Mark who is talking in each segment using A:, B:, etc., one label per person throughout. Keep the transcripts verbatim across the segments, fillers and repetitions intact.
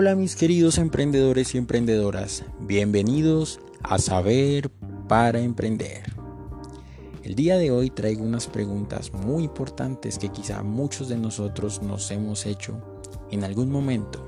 A: Hola mis queridos emprendedores y emprendedoras, bienvenidos a Saber para Emprender. El día de hoy traigo unas preguntas muy importantes que quizá muchos de nosotros nos hemos hecho en algún momento.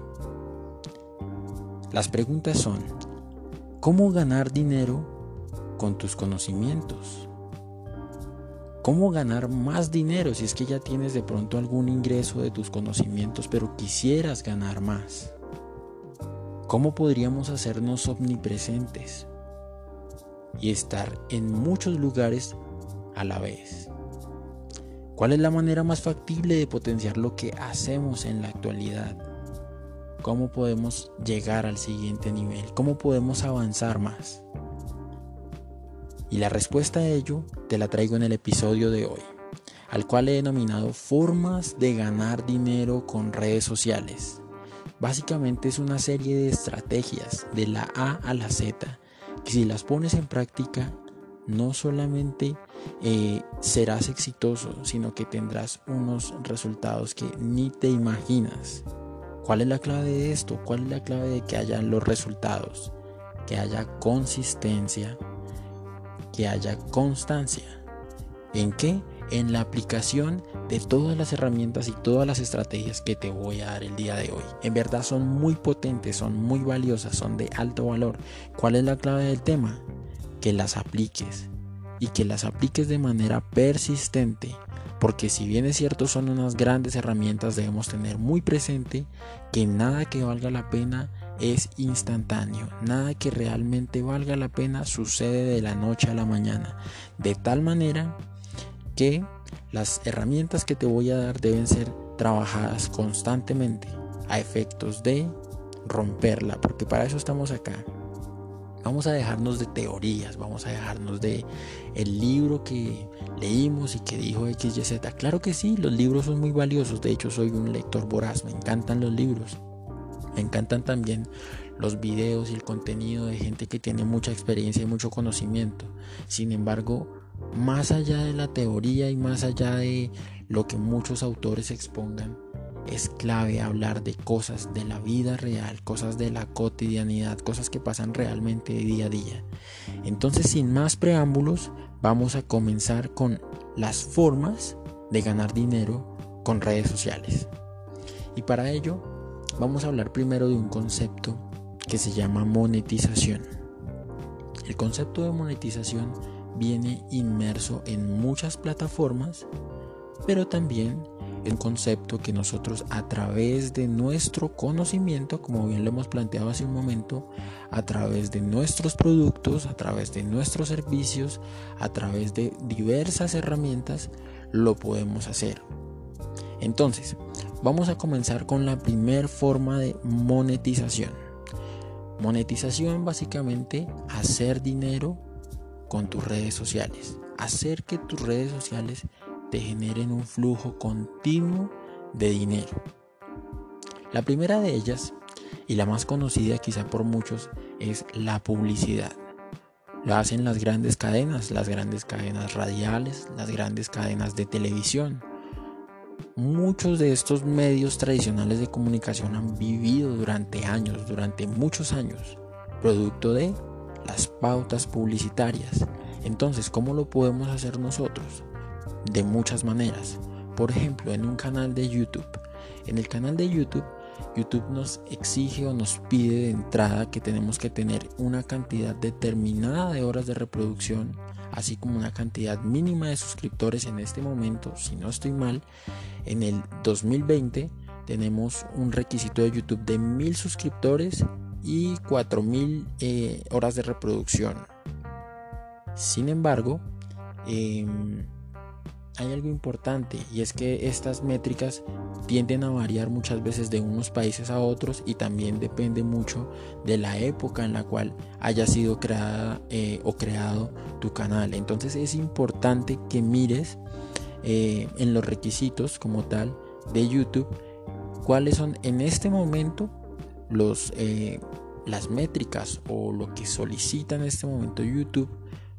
A: Las preguntas son: ¿cómo ganar dinero con tus conocimientos? ¿Cómo ganar más dinero si es que ya tienes de pronto algún ingreso de tus conocimientos, pero quisieras ganar más? ¿Cómo podríamos hacernos omnipresentes y estar en muchos lugares a la vez? ¿Cuál es la manera más factible de potenciar lo que hacemos en la actualidad? ¿Cómo podemos llegar al siguiente nivel? ¿Cómo podemos avanzar más? Y la respuesta a ello te la traigo en el episodio de hoy, al cual he denominado Formas de ganar dinero con redes sociales. Básicamente es una serie de estrategias de la A a la Z que si las pones en práctica no solamente eh, serás exitoso, sino que tendrás unos resultados que ni te imaginas. ¿Cuál es la clave de esto? ¿Cuál es la clave de que haya los resultados? Que haya consistencia, que haya constancia. ¿En qué? En la aplicación de todas las herramientas y todas las estrategias que te voy a dar el día de hoy. En verdad son muy potentes, son muy valiosas, son de alto valor. ¿Cuál es la clave del tema? Que las apliques y que las apliques de manera persistente, porque si bien es cierto son unas grandes herramientas, debemos tener muy presente que nada que valga la pena es instantáneo, nada que realmente valga la pena sucede de la noche a la mañana, de tal manera que las herramientas que te voy a dar deben ser trabajadas constantemente a efectos de romperla, porque para eso estamos acá. Vamos a dejarnos de teorías, vamos a dejarnos de el libro que leímos y que dijo X Y Z. Claro que sí, los libros son muy valiosos, de hecho soy un lector voraz, me encantan los libros. Me encantan también los videos y el contenido de gente que tiene mucha experiencia y mucho conocimiento. Sin embargo, más allá de la teoría y más allá de lo que muchos autores expongan, es clave hablar de cosas de la vida real, cosas de la cotidianidad, cosas que pasan realmente día a día. Entonces, sin más preámbulos, vamos a comenzar con las formas de ganar dinero con redes sociales. Y para ello, vamos a hablar primero de un concepto que se llama monetización. El concepto de monetización viene inmerso en muchas plataformas, pero también es un concepto que nosotros a través de nuestro conocimiento, como bien lo hemos planteado hace un momento, a través de nuestros productos, a través de nuestros servicios, a través de diversas herramientas, lo podemos hacer. Entonces, vamos a comenzar con la primera forma de monetización. Monetización, básicamente, hacer dinero con tus redes sociales. Hacer que tus redes sociales te generen un flujo continuo de dinero. La primera de ellas, y la más conocida quizá por muchos, es la publicidad. Lo hacen las grandes cadenas, las grandes cadenas radiales, las grandes cadenas de televisión. Muchos de estos medios tradicionales de comunicación han vivido durante años, durante muchos años, producto de las pautas publicitarias. Entonces, ¿cómo lo podemos hacer nosotros? De muchas maneras. Por ejemplo, en un canal de YouTube. En el canal de YouTube, YouTube nos exige o nos pide de entrada que tenemos que tener una cantidad determinada de horas de reproducción, así como una cantidad mínima de suscriptores. En este momento, si no estoy mal, en el dos mil veinte tenemos un requisito de YouTube de mil suscriptores y cuatro mil eh, horas de reproducción. Sin embargo, eh, hay algo importante, y es que estas métricas tienden a variar muchas veces de unos países a otros, y también depende mucho de la época en la cual haya sido creada eh, o creado tu canal. Entonces es importante que mires eh, en los requisitos como tal de YouTube cuáles son en este momento los, eh, las métricas o lo que solicita en este momento YouTube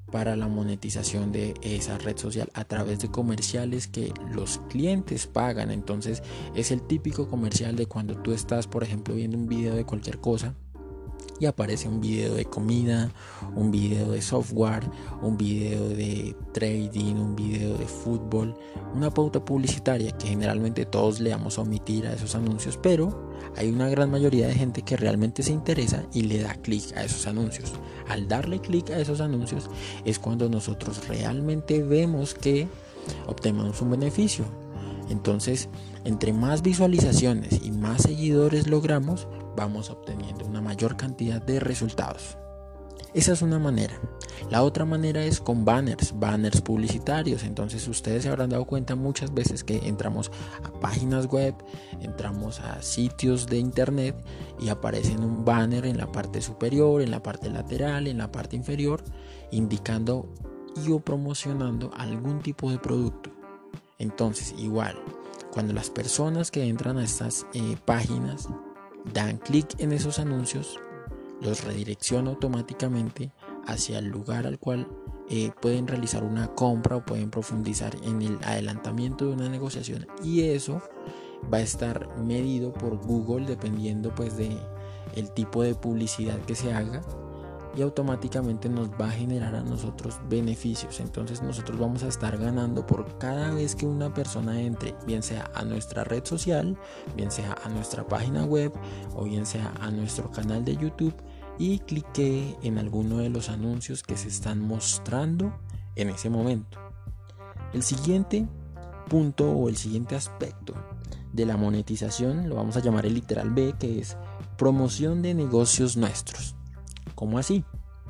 A: para la monetización de esa red social a través de comerciales que los clientes pagan. Entonces es el típico comercial de cuando tú estás, por ejemplo, viendo un video de cualquier cosa y aparece un video de comida, un video de software, un video de trading, un video de fútbol, una pauta publicitaria que generalmente todos le damos a omitir a esos anuncios, pero hay una gran mayoría de gente que realmente se interesa y le da clic a esos anuncios. Al darle clic a esos anuncios es cuando nosotros realmente vemos que obtenemos un beneficio. Entonces, entre más visualizaciones y más seguidores logramos, vamos obteniendo una mayor cantidad de resultados. Esa es una manera. La otra manera es con banners, banners publicitarios. Entonces ustedes se habrán dado cuenta muchas veces que entramos a páginas web, entramos a sitios de internet y aparece un banner en la parte superior, en la parte lateral, en la parte inferior, indicando y o promocionando algún tipo de producto. Entonces, igual, cuando las personas que entran a estas eh, páginas dan clic en esos anuncios, los redirecciona automáticamente hacia el lugar al cual eh, pueden realizar una compra o pueden profundizar en el adelantamiento de una negociación, y eso va a estar medido por Google dependiendo pues de el tipo de publicidad que se haga, y automáticamente nos va a generar a nosotros beneficios. Entonces nosotros vamos a estar ganando por cada vez que una persona entre, bien sea a nuestra red social, bien sea a nuestra página web o bien sea a nuestro canal de YouTube y clique en alguno de los anuncios que se están mostrando en ese momento. El siguiente punto o el siguiente aspecto de la monetización lo vamos a llamar el literal B, que es promoción de negocios nuestros. ¿Cómo así?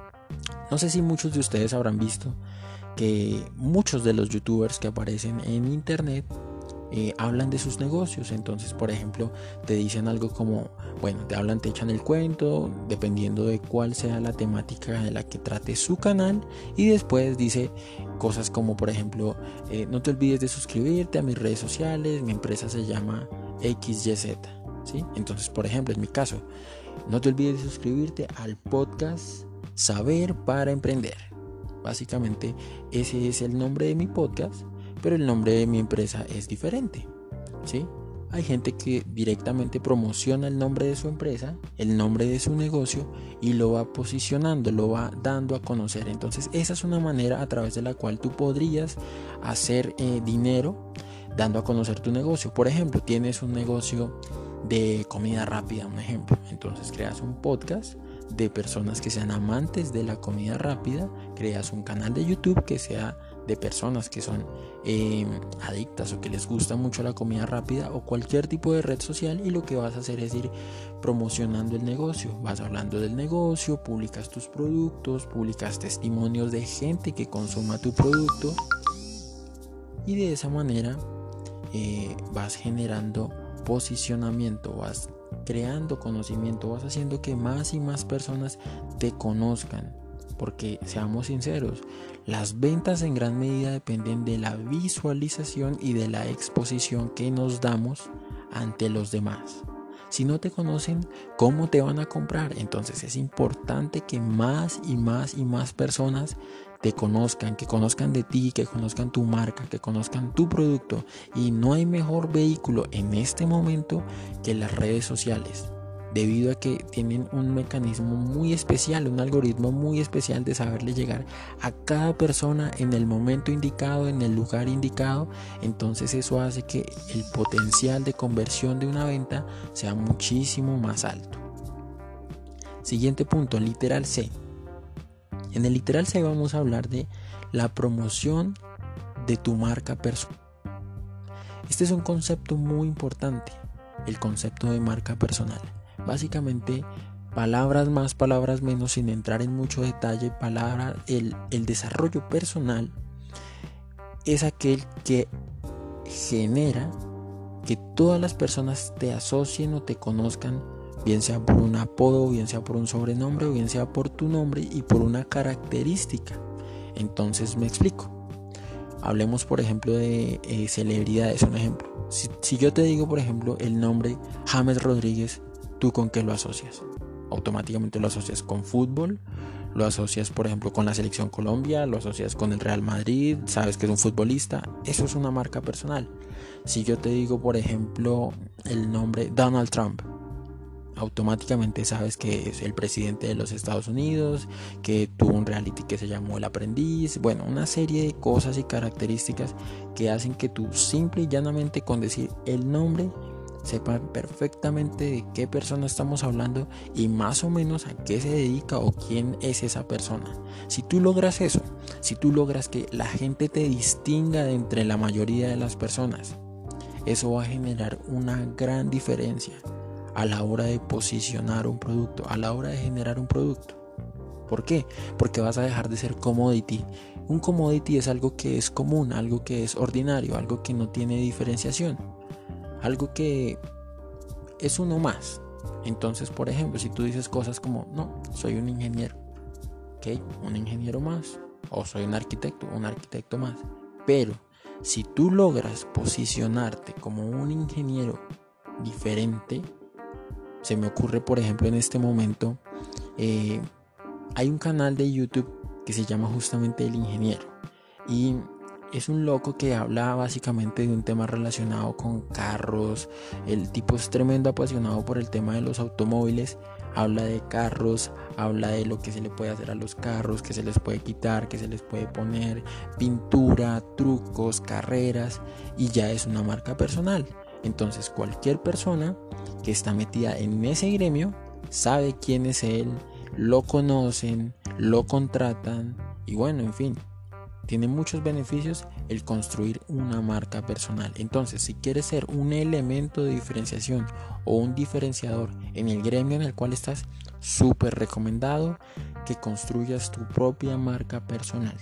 A: No sé si muchos de ustedes habrán visto que muchos de los youtubers que aparecen en internet eh, hablan de sus negocios. Entonces, por ejemplo, te dicen algo como, bueno, te hablan, te echan el cuento, dependiendo de cuál sea la temática de la que trate su canal, y después dice cosas como, por ejemplo, eh, no te olvides de suscribirte a mis redes sociales, mi empresa se llama equis ye zeta, ¿sí? Entonces, por ejemplo, en mi caso, no te olvides de suscribirte al podcast Saber para Emprender. Básicamente ese es el nombre de mi podcast, pero el nombre de mi empresa es diferente, ¿sí? Hay gente que directamente promociona el nombre de su empresa, el nombre de su negocio, y lo va posicionando, lo va dando a conocer. Entonces esa es una manera a través de la cual tú podrías hacer eh, dinero dando a conocer tu negocio. Por ejemplo, tienes un negocio de comida rápida, un ejemplo. Entonces creas un podcast de personas que sean amantes de la comida rápida, creas un canal de YouTube que sea de personas que son eh, adictas o que les gusta mucho la comida rápida, o cualquier tipo de red social, y lo que vas a hacer es ir promocionando el negocio. Vas hablando del negocio, publicas tus productos, publicas testimonios de gente que consuma tu producto, y de esa manera eh, vas generando posicionamiento, vas creando conocimiento, vas haciendo que más y más personas te conozcan. Porque seamos sinceros, las ventas en gran medida dependen de la visualización y de la exposición que nos damos ante los demás. Si no te conocen, ¿cómo te van a comprar? Entonces es importante que más y más y más personas te conozcan, que conozcan de ti, que conozcan tu marca, que conozcan tu producto. Y no hay mejor vehículo en este momento que las redes sociales, debido a que tienen un mecanismo muy especial, un algoritmo muy especial de saberle llegar a cada persona en el momento indicado, en el lugar indicado. Entonces eso hace que el potencial de conversión de una venta sea muchísimo más alto. Siguiente punto, literal C. En el literal C vamos a hablar de la promoción de tu marca personal. Este es un concepto muy importante, el concepto de marca personal. Básicamente, palabras más, palabras menos, sin entrar en mucho detalle, palabra, el, el desarrollo personal es aquel que genera que todas las personas te asocien o te conozcan, bien sea por un apodo, bien sea por un sobrenombre, o bien sea por tu nombre y por una característica. Entonces me explico. Hablemos, por ejemplo, de eh, celebridades. Un ejemplo, si, si yo te digo, por ejemplo, el nombre James Rodríguez, ¿tú con qué lo asocias? Automáticamente lo asocias con fútbol, lo asocias por ejemplo con la selección Colombia, lo asocias con el Real Madrid, sabes que es un futbolista, eso es una marca personal. Si yo te digo por ejemplo el nombre Donald Trump, automáticamente sabes que es el presidente de los Estados Unidos, que tuvo un reality que se llamó El Aprendiz, bueno, una serie de cosas y características que hacen que tú simple y llanamente con decir el nombre sepan perfectamente de qué persona estamos hablando y más o menos a qué se dedica o quién es esa persona. Si tú logras eso, si tú logras que la gente te distinga de entre la mayoría de las personas, eso va a generar una gran diferencia a la hora de posicionar un producto, a la hora de generar un producto. ¿Por qué? Porque vas a dejar de ser commodity. Un commodity es algo que es común, algo que es ordinario, algo que no tiene diferenciación, algo que es uno más. Entonces, por ejemplo, si tú dices cosas como, no, soy un ingeniero, ¿ok? Un ingeniero más. O soy un arquitecto, un arquitecto más. Pero si tú logras posicionarte como un ingeniero diferente, se me ocurre por ejemplo en este momento, eh, hay un canal de YouTube que se llama justamente El Ingeniero. Y es un loco que habla básicamente de un tema relacionado con carros. El tipo es tremendo apasionado por el tema de los automóviles. Habla de carros, habla de lo que se le puede hacer a los carros, que se les puede quitar, que se les puede poner, pintura, trucos, carreras, y ya es una marca personal. Entonces cualquier persona que está metida en ese gremio sabe quién es él, lo conocen, lo contratan y bueno, en fin, tiene muchos beneficios el construir una marca personal. Entonces, si quieres ser un elemento de diferenciación o un diferenciador en el gremio en el cual estás, súper recomendado que construyas tu propia marca personal.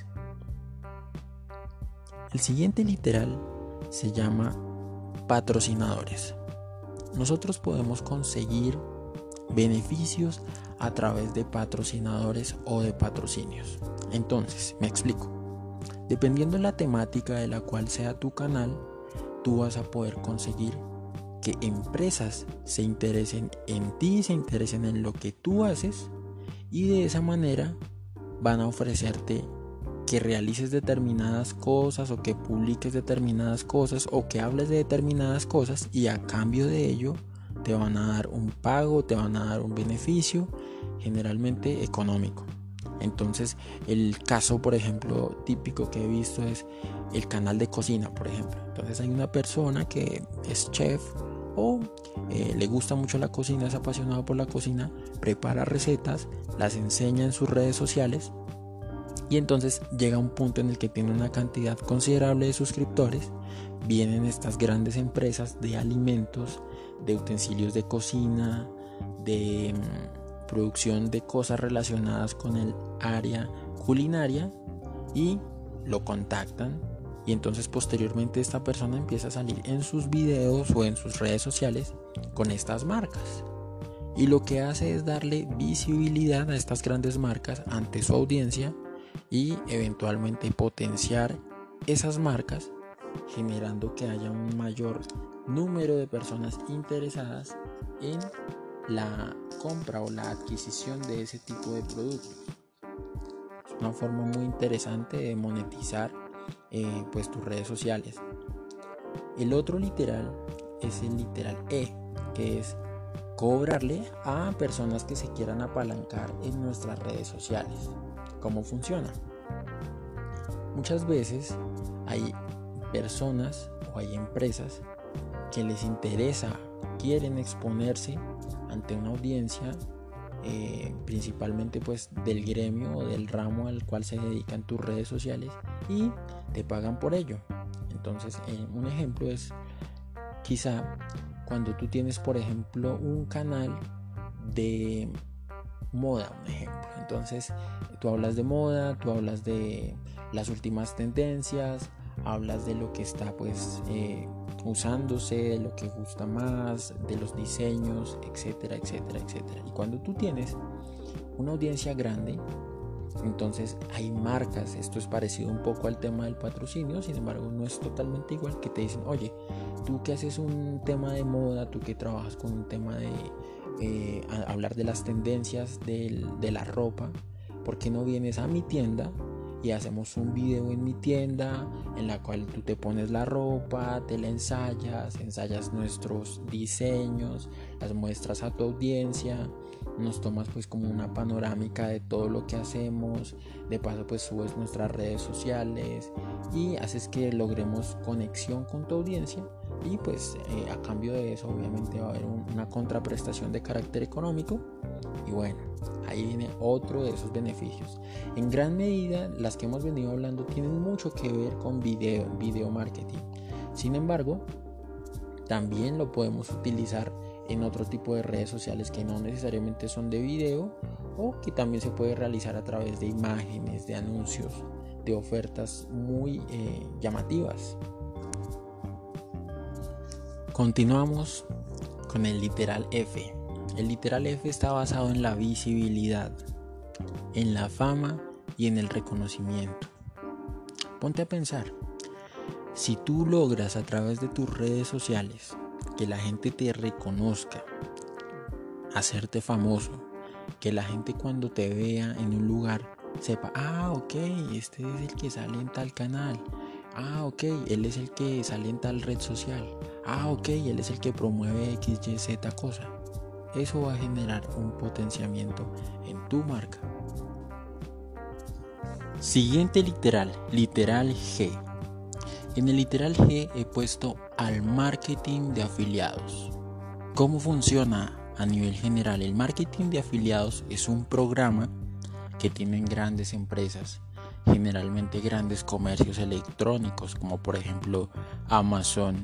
A: El siguiente literal se llama patrocinadores. Nosotros podemos conseguir beneficios a través de patrocinadores o de patrocinios. Entonces, me explico. Dependiendo de la temática de la cual sea tu canal, tú vas a poder conseguir que empresas se interesen en ti, se interesen en lo que tú haces, y de esa manera van a ofrecerte que realices determinadas cosas o que publiques determinadas cosas o que hables de determinadas cosas, y a cambio de ello te van a dar un pago, te van a dar un beneficio, generalmente económico. Entonces, el caso, por ejemplo, típico que he visto es el canal de cocina, por ejemplo. Entonces hay una persona que es chef o eh, le gusta mucho la cocina, es apasionado por la cocina, prepara recetas, las enseña en sus redes sociales, y entonces llega a un punto en el que tiene una cantidad considerable de suscriptores. Vienen estas grandes empresas de alimentos, de utensilios de cocina, de mmm, producción de cosas relacionadas con el área culinaria, y lo contactan, y entonces posteriormente esta persona empieza a salir en sus videos o en sus redes sociales con estas marcas, y lo que hace es darle visibilidad a estas grandes marcas ante su audiencia y eventualmente potenciar esas marcas, generando que haya un mayor número de personas interesadas en la compra o la adquisición de ese tipo de productos. Es una forma muy interesante de monetizar eh, pues tus redes sociales. El otro literal es el literal E, que es cobrarle a personas que se quieran apalancar en nuestras redes sociales. ¿Cómo funciona? Muchas veces hay personas o hay empresas que les interesa, quieren exponerse ante una audiencia, eh, principalmente pues del gremio o del ramo al cual se dedican tus redes sociales, y te pagan por ello. Entonces, eh, un ejemplo es quizá cuando tú tienes, por ejemplo, un canal de moda, un ejemplo. Entonces, tú hablas de moda, tú hablas de las últimas tendencias, hablas de lo que está pues eh, usándose, de lo que gusta más, de los diseños, etcétera, etcétera, etcétera. Y cuando tú tienes una audiencia grande, entonces hay marcas, esto es parecido un poco al tema del patrocinio, sin embargo no es totalmente igual, que te dicen, oye, tú que haces un tema de moda, tú que trabajas con un tema de eh, hablar de las tendencias del, de la ropa, ¿por qué no vienes a mi tienda y hacemos un video en mi tienda en la cual tú te pones la ropa, te la ensayas, ensayas nuestros diseños, las muestras a tu audiencia, nos tomas pues como una panorámica de todo lo que hacemos, de paso pues subes nuestras redes sociales y haces que logremos conexión con tu audiencia y pues eh, a cambio de eso obviamente va a haber un, una contraprestación de carácter económico y bueno, ahí viene otro de esos beneficios. En gran medida las que hemos venido hablando tienen mucho que ver con video, video marketing. Sin embargo, también lo podemos utilizar en otro tipo de redes sociales que no necesariamente son de video o que también se puede realizar a través de imágenes, de anuncios, de ofertas muy eh, llamativas. Continuamos con el literal F. El literal F está basado en la visibilidad, en la fama y en el reconocimiento. Ponte a pensar, si tú logras a través de tus redes sociales que la gente te reconozca, hacerte famoso, que la gente cuando te vea en un lugar sepa, ah, ok, este es el que sale en tal canal, ah, ok, él es el que sale en tal red social, ah, ok, él es el que promueve X, Y, Z cosa. Eso va a generar un potenciamiento en tu marca. Siguiente literal, literal G. En el literal G he puesto al marketing de afiliados. ¿Cómo funciona a nivel general? El marketing de afiliados es un programa que tienen grandes empresas, generalmente grandes comercios electrónicos como por ejemplo Amazon,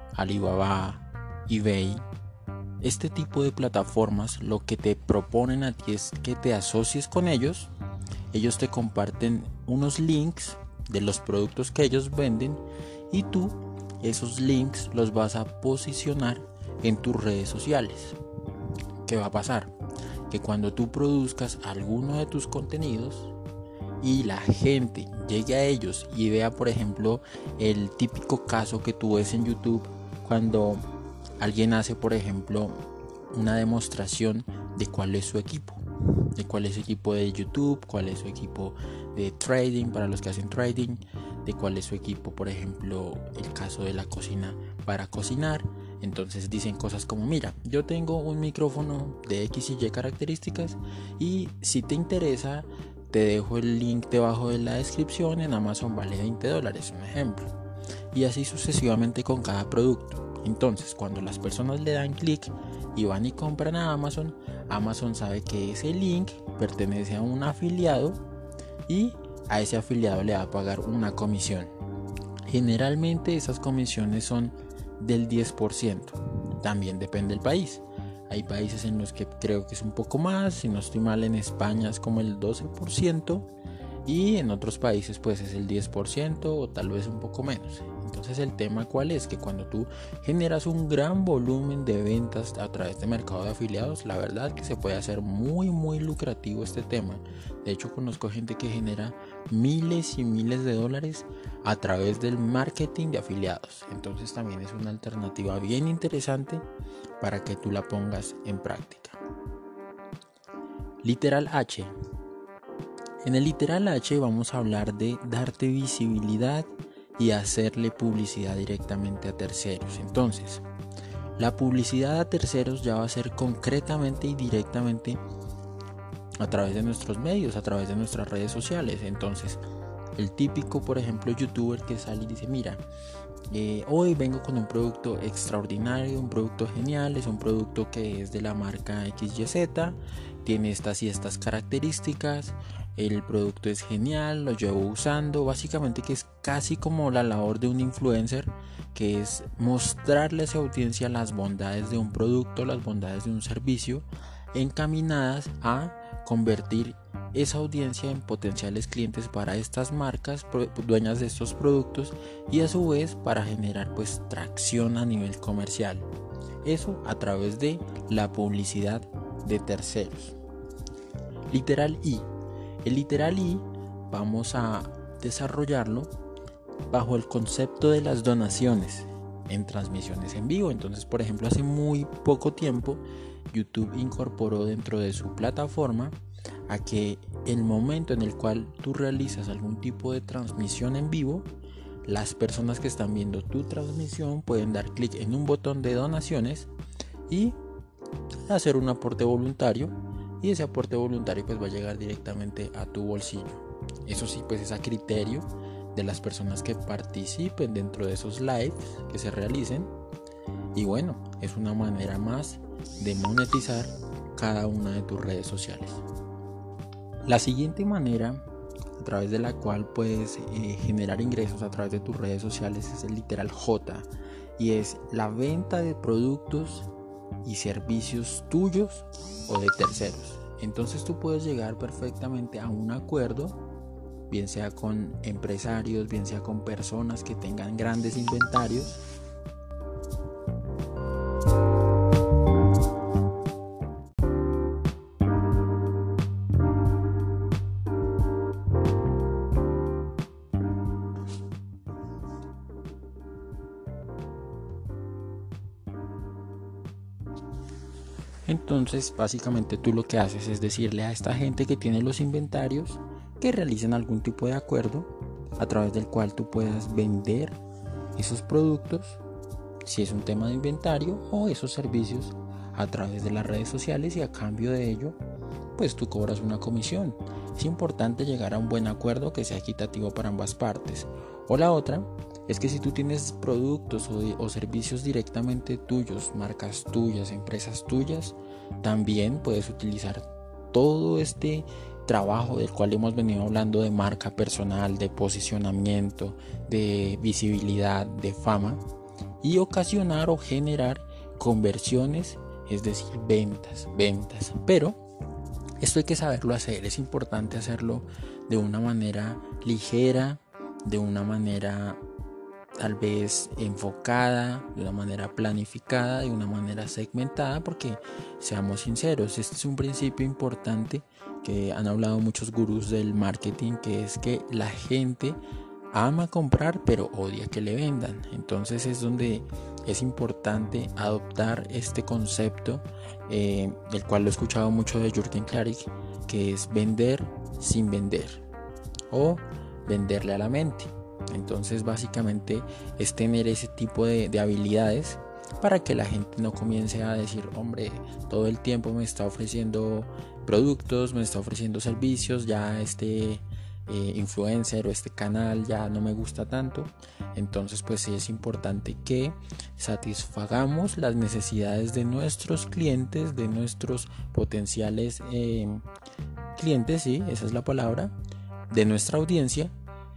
A: Alibaba, eBay. Este tipo de plataformas lo que te proponen a ti es que te asocies con ellos. Ellos te comparten unos links de los productos que ellos venden y tú esos links los vas a posicionar en tus redes sociales. ¿Qué va a pasar? Que cuando tú produzcas alguno de tus contenidos y la gente llegue a ellos y vea, por ejemplo, el típico caso que tú ves en YouTube cuando alguien hace, por ejemplo, una demostración de cuál es su equipo, de cuál es su equipo de YouTube, cuál es su equipo de trading para los que hacen trading, de cuál es su equipo, por ejemplo, el caso de la cocina para cocinar. Entonces dicen cosas como, mira, yo tengo un micrófono de X y Y características y si te interesa te dejo el link debajo de la descripción, en Amazon vale veinte dólares, un ejemplo. Y así sucesivamente con cada producto. Entonces cuando las personas le dan clic y van y compran a Amazon, Amazon sabe que ese link pertenece a un afiliado y a ese afiliado le va a pagar una comisión. Generalmente esas comisiones son del diez por ciento. También depende del país. Hay países en los que creo que es un poco más, si no estoy mal en España es como el doce por ciento y en otros países pues es el diez por ciento o tal vez un poco menos. Entonces el tema cuál es, que cuando tú generas un gran volumen de ventas a través de mercado de afiliados, la verdad que se puede hacer muy muy lucrativo este tema. De hecho conozco gente que genera miles y miles de dólares a través del marketing de afiliados. Entonces también es una alternativa bien interesante para que tú la pongas en práctica. Literal H. En el literal H vamos a hablar de darte visibilidad y hacerle publicidad directamente a terceros. Entonces, la publicidad a terceros ya va a ser concretamente y directamente a través de nuestros medios, a través de nuestras redes sociales. Entonces, el típico, por ejemplo, youtuber que sale y dice, mira, eh, hoy vengo con un producto extraordinario, un producto genial, es un producto que es de la marca X Y Z, tiene estas y estas características, el producto es genial, lo llevo usando, básicamente que es casi como la labor de un influencer, que es mostrarle a esa audiencia las bondades de un producto, las bondades de un servicio, encaminadas a convertir esa audiencia en potenciales clientes para estas marcas dueñas de estos productos y a su vez para generar pues tracción a nivel comercial. Eso a través de la publicidad de terceros. Literal I. El literal I vamos a desarrollarlo bajo el concepto de las donaciones en transmisiones en vivo. Entonces, por ejemplo, hace muy poco tiempo YouTube incorporó dentro de su plataforma a que el momento en el cual tú realizas algún tipo de transmisión en vivo, las personas que están viendo tu transmisión pueden dar clic en un botón de donaciones y hacer un aporte voluntario, y ese aporte voluntario pues va a llegar directamente a tu bolsillo. Eso sí, pues es a criterio de las personas que participen dentro de esos lives que se realicen, y bueno, es una manera más de monetizar cada una de tus redes sociales. La siguiente manera a través de la cual puedes eh, generar ingresos a través de tus redes sociales es el literal J, y es la venta de productos y servicios tuyos o de terceros. Entonces tú puedes llegar perfectamente a un acuerdo, bien sea con empresarios, bien sea con personas que tengan grandes inventarios. Entonces, básicamente tú lo que haces es decirle a esta gente que tiene los inventarios que realicen algún tipo de acuerdo a través del cual tú puedas vender esos productos, si es un tema de inventario, o esos servicios a través de las redes sociales, y a cambio de ello, pues tú cobras una comisión. Es importante llegar a un buen acuerdo que sea equitativo para ambas partes. O la otra es que si tú tienes productos o, o servicios directamente tuyos, marcas tuyas, empresas tuyas, también puedes utilizar todo este trabajo del cual hemos venido hablando, de marca personal, de posicionamiento, de visibilidad, de fama, y ocasionar o generar conversiones, es decir, ventas, ventas. Pero esto hay que saberlo hacer, es importante hacerlo de una manera ligera, de una manera tal vez enfocada, de una manera planificada, de una manera segmentada, porque seamos sinceros, este es un principio importante que han hablado muchos gurús del marketing, que es que la gente ama comprar pero odia que le vendan. Entonces es donde es importante adoptar este concepto, eh, del cual lo he escuchado mucho de Jürgen Klarik, que es vender sin vender o venderle a la mente. Entonces básicamente es tener ese tipo de, de habilidades para que la gente no comience a decir, hombre, todo el tiempo me está ofreciendo productos, me está ofreciendo servicios, ya este eh, influencer o este canal ya no me gusta tanto. Entonces pues sí es importante que satisfagamos las necesidades de nuestros clientes, de nuestros potenciales eh, clientes, sí, esa es la palabra, de nuestra audiencia,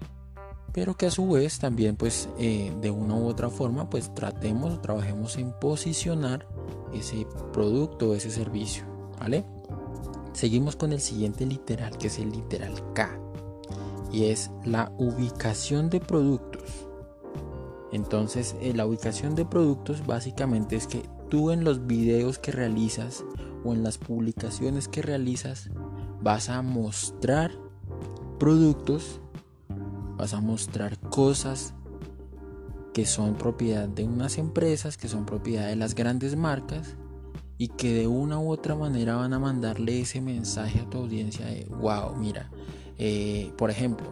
A: pero que a su vez también pues eh, de una u otra forma pues tratemos o trabajemos en posicionar ese producto o ese servicio, ¿vale? Seguimos con el siguiente literal, que es el literal K, y es la ubicación de productos. Entonces eh, la ubicación de productos básicamente es que tú en los videos que realizas o en las publicaciones que realizas vas a mostrar productos, vas a mostrar cosas que son propiedad de unas empresas, que son propiedad de las grandes marcas, y que de una u otra manera van a mandarle ese mensaje a tu audiencia de wow, mira, eh, por ejemplo,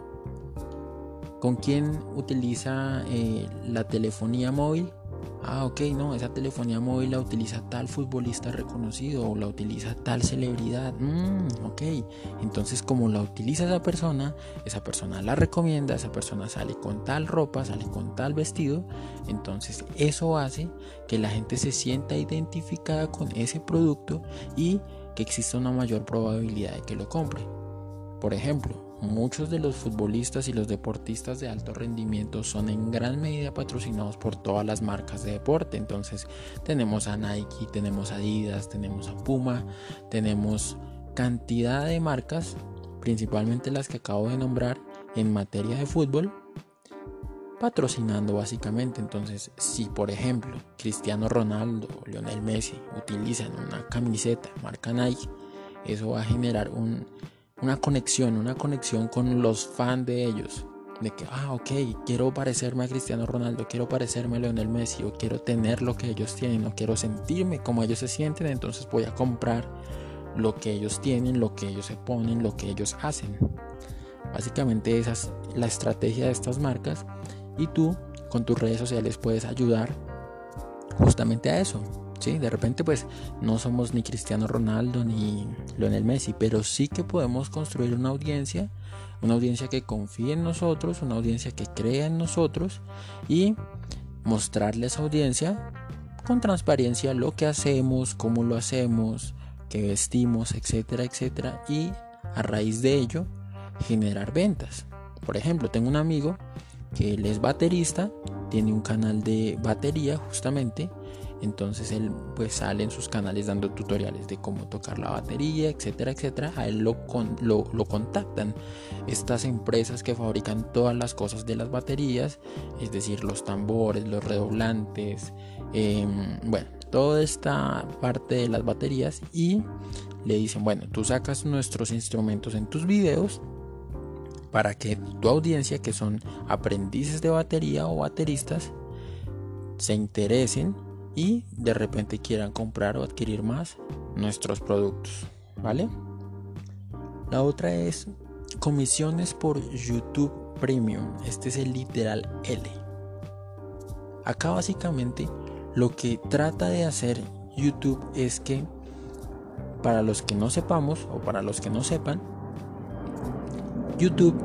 A: ¿con quién utiliza eh, la telefonía móvil? Ah, ok, no, esa telefonía móvil la utiliza tal futbolista reconocido o la utiliza tal celebridad. Mm, ok, entonces como la utiliza esa persona, esa persona la recomienda, esa persona sale con tal ropa, sale con tal vestido. Entonces eso hace que la gente se sienta identificada con ese producto y que exista una mayor probabilidad de que lo compre. Por ejemplo, muchos de los futbolistas y los deportistas de alto rendimiento son en gran medida patrocinados por todas las marcas de deporte. Entonces tenemos a Nike, tenemos a Adidas, tenemos a Puma, tenemos cantidad de marcas, principalmente las que acabo de nombrar en materia de fútbol, patrocinando básicamente. Entonces si por ejemplo Cristiano Ronaldo o Lionel Messi utilizan una camiseta marca Nike, eso va a generar un Una conexión, una conexión con los fans de ellos, de que, ah, ok, quiero parecerme a Cristiano Ronaldo, quiero parecerme a Lionel Messi, o quiero tener lo que ellos tienen, o quiero sentirme como ellos se sienten, entonces voy a comprar lo que ellos tienen, lo que ellos se ponen, lo que ellos hacen. Básicamente esa es la estrategia de estas marcas y tú con tus redes sociales puedes ayudar justamente a eso, ¿sí? De repente pues no somos ni Cristiano Ronaldo ni Lionel Messi, pero sí que podemos construir una audiencia, una audiencia que confíe en nosotros, una audiencia que crea en nosotros y mostrarle a esa audiencia con transparencia lo que hacemos, cómo lo hacemos, qué vestimos, etcétera, etcétera, y a raíz de ello generar ventas. Por ejemplo, tengo un amigo que él es baterista, tiene un canal de batería justamente, entonces él pues sale en sus canales dando tutoriales de cómo tocar la batería, etcétera, etcétera. A él lo, con, lo, lo contactan estas empresas que fabrican todas las cosas de las baterías, es decir, los tambores, los redoblantes, eh, bueno, toda esta parte de las baterías, y le dicen, bueno, tú sacas nuestros instrumentos en tus videos para que tu audiencia, que son aprendices de batería o bateristas, se interesen y de repente quieran comprar o adquirir más nuestros productos, ¿vale? La otra es comisiones por YouTube Premium. Este es el literal L. Acá básicamente lo que trata de hacer YouTube es que, para los que no sepamos o para los que no sepan, YouTube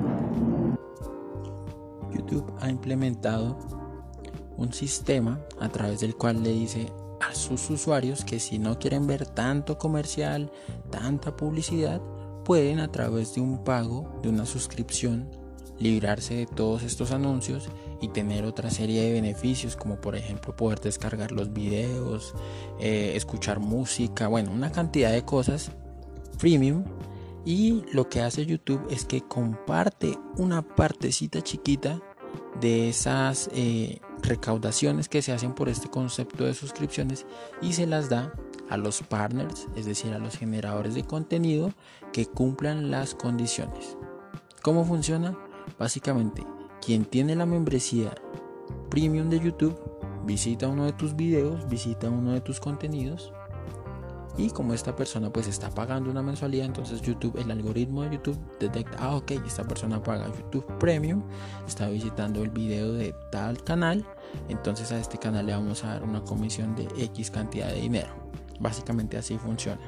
A: YouTube ha implementado un sistema a través del cual le dice a sus usuarios que si no quieren ver tanto comercial, tanta publicidad, pueden a través de un pago, de una suscripción, librarse de todos estos anuncios y tener otra serie de beneficios, como por ejemplo poder descargar los videos, eh, escuchar música, bueno, una cantidad de cosas premium. Y lo que hace YouTube es que comparte una partecita chiquita de esas eh, recaudaciones que se hacen por este concepto de suscripciones y se las da a los partners, es decir, a los generadores de contenido que cumplan las condiciones. ¿Cómo funciona? Básicamente, quien tiene la membresía premium de YouTube visita uno de tus videos, visita uno de tus contenidos, y como esta persona pues está pagando una mensualidad, entonces YouTube, el algoritmo de YouTube detecta, ah ok, esta persona paga YouTube Premium, está visitando el video de tal canal, entonces a este canal le vamos a dar una comisión de X cantidad de dinero. Básicamente así funciona.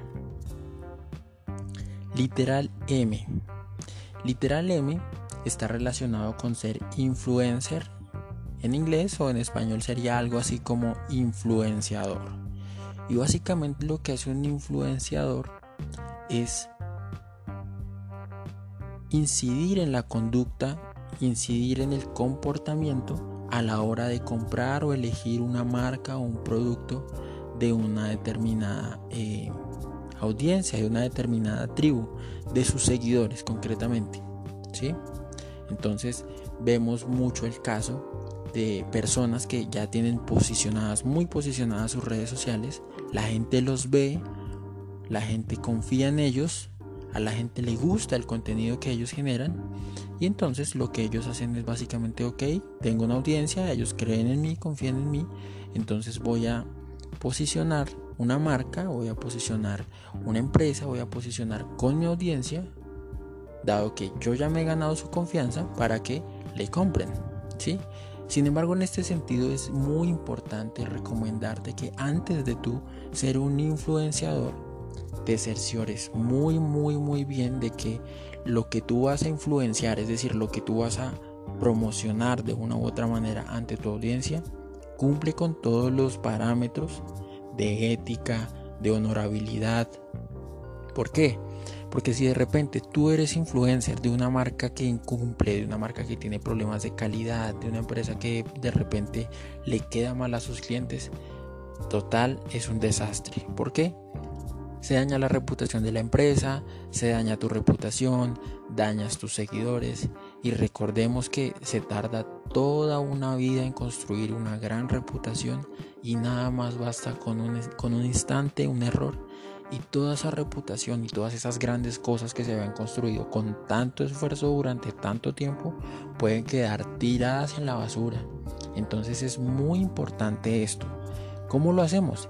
A: Literal M. Literal M está relacionado con ser influencer. En inglés o en español sería algo así como influenciador. Y básicamente lo que hace un influenciador es incidir en la conducta, incidir en el comportamiento a la hora de comprar o elegir una marca o un producto de una determinada eh, audiencia, de una determinada tribu, de sus seguidores concretamente, ¿sí? Entonces vemos mucho el caso de personas que ya tienen posicionadas, muy posicionadas sus redes sociales, la gente los ve, la gente confía en ellos, a la gente le gusta el contenido que ellos generan y entonces lo que ellos hacen es básicamente, ok, tengo una audiencia, ellos creen en mí, confían en mí, entonces voy a posicionar una marca, voy a posicionar una empresa, voy a posicionar con mi audiencia, dado que yo ya me he ganado su confianza para que le compren, ¿sí? Sin embargo, en este sentido es muy importante recomendarte que antes de tú ser un influenciador, te cerciores muy muy muy bien de que lo que tú vas a influenciar, es decir, lo que tú vas a promocionar de una u otra manera ante tu audiencia, cumple con todos los parámetros de ética, de honorabilidad. ¿Por qué? Porque si de repente tú eres influencer de una marca que incumple, de una marca que tiene problemas de calidad, de una empresa que de repente le queda mal a sus clientes, total, es un desastre. ¿Por qué? Se daña la reputación de la empresa, se daña tu reputación, dañas tus seguidores y recordemos que se tarda toda una vida en construir una gran reputación y nada más basta con un, con un instante, un error y toda esa reputación y todas esas grandes cosas que se habían construido con tanto esfuerzo durante tanto tiempo pueden quedar tiradas en la basura. Entonces es muy importante esto. ¿Cómo lo hacemos?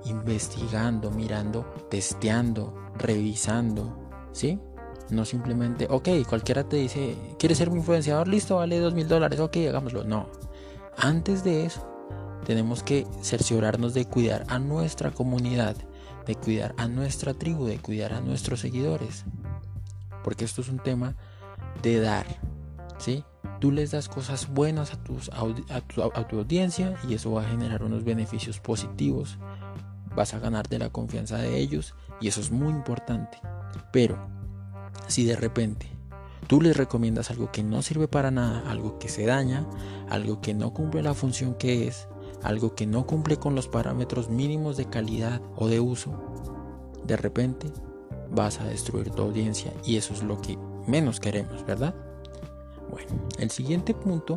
A: investigando, mirando, testeando, revisando, ¿sí? No simplemente, ok, cualquiera te dice, ¿quieres ser mi influenciador? Listo, vale dos mil dólares, ok, hagámoslo. No, antes de eso tenemos que cerciorarnos de cuidar a nuestra comunidad, de cuidar a nuestra tribu, de cuidar a nuestros seguidores, porque esto es un tema de dar, ¿sí? Tú les das cosas buenas a, tus audi- a, tu, a tu audiencia y eso va a generar unos beneficios positivos, vas a ganar de la confianza de ellos y eso es muy importante. Pero si de repente tú les recomiendas algo que no sirve para nada, algo que se daña, algo que no cumple la función que es, algo que no cumple con los parámetros mínimos de calidad o de uso, de repente vas a destruir tu audiencia y eso es lo que menos queremos, ¿verdad? Bueno, el siguiente punto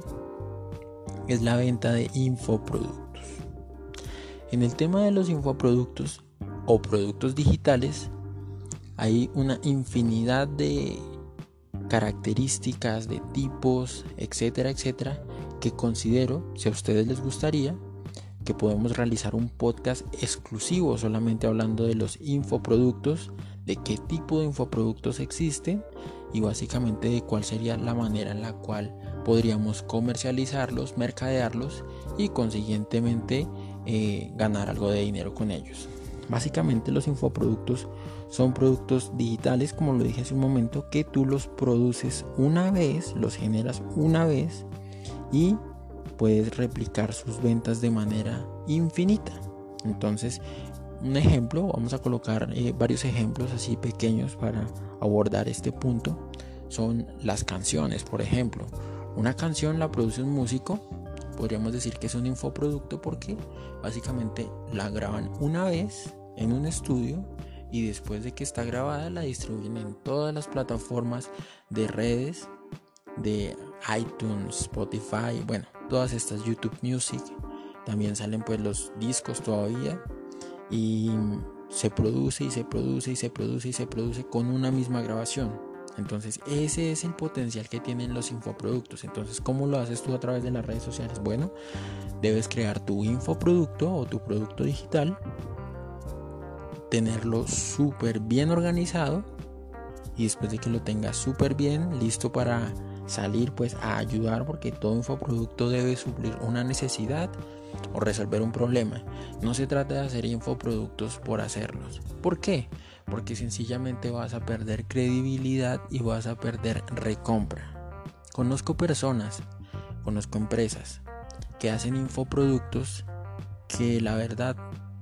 A: es la venta de infoproductos. En el tema de los infoproductos o productos digitales hay una infinidad de características, de tipos, etcétera, etcétera, que considero, si a ustedes les gustaría, que podemos realizar un podcast exclusivo solamente hablando de los infoproductos, de qué tipo de infoproductos existen y básicamente de cuál sería la manera en la cual podríamos comercializarlos, mercadearlos y consiguientemente eh, ganar algo de dinero con ellos. Básicamente los infoproductos son productos digitales, como lo dije hace un momento, que tú los produces una vez, los generas una vez y puedes replicar sus ventas de manera infinita. Entonces, un ejemplo, vamos a colocar eh, varios ejemplos así pequeños para abordar este punto, son las canciones. Por ejemplo, una canción la produce un músico, podríamos decir que es un infoproducto porque básicamente la graban una vez en un estudio y después de que está grabada la distribuyen en todas las plataformas de redes, de iTunes, Spotify, bueno, todas estas, YouTube Music. También salen pues los discos todavía y se produce y se produce y se produce y se produce con una misma grabación. Entonces ese es el potencial que tienen los infoproductos. Entonces, ¿cómo lo haces tú a través de las redes sociales? Bueno, debes crear tu infoproducto o tu producto digital, tenerlo súper bien organizado y después de que lo tengas súper bien listo para salir pues a ayudar, porque todo infoproducto debe suplir una necesidad o resolver un problema. No se trata de hacer infoproductos por hacerlos. ¿Por qué? Porque sencillamente vas a perder credibilidad y vas a perder recompra. Conozco personas, conozco empresas que hacen infoproductos que la verdad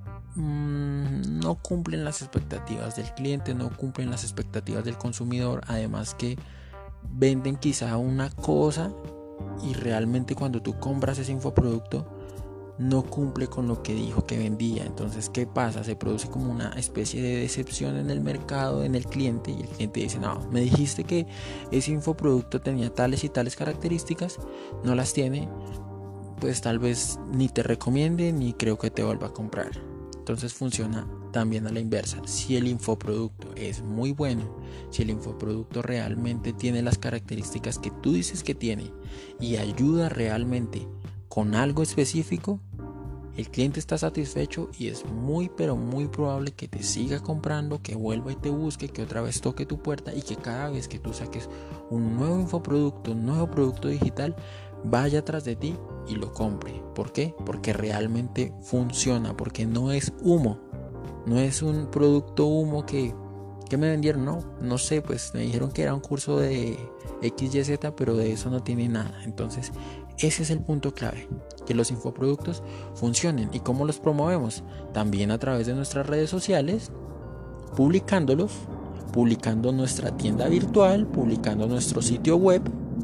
A: mmm, no cumplen las expectativas del cliente, no cumplen las expectativas del consumidor, además que venden quizá una cosa y realmente cuando tú compras ese infoproducto no cumple con lo que dijo que vendía. Entonces, ¿qué pasa? Se produce como una especie de decepción en el mercado, en el cliente, y el cliente dice, no, me dijiste que ese infoproducto tenía tales y tales características, no las tiene, pues tal vez ni te recomiende ni creo que te vuelva a comprar. Entonces funciona también a la inversa. Si el infoproducto es muy bueno, si el infoproducto realmente tiene las características que tú dices que tiene y ayuda realmente con algo específico, el cliente está satisfecho y es muy pero muy probable que te siga comprando, que vuelva y te busque, que otra vez toque tu puerta y que cada vez que tú saques un nuevo infoproducto, un nuevo producto digital, vaya atrás de ti y lo compre. ¿Por qué? Porque realmente funciona, porque no es humo, no es un producto humo que, que me vendieron, no, no sé, pues me dijeron que era un curso de equis ye zeta, pero de eso no tiene nada. Entonces ese es el punto clave, que los infoproductos funcionen. ¿Y cómo los promovemos? También a través de nuestras redes sociales, publicándolos, publicando nuestra tienda virtual, publicando nuestro sitio web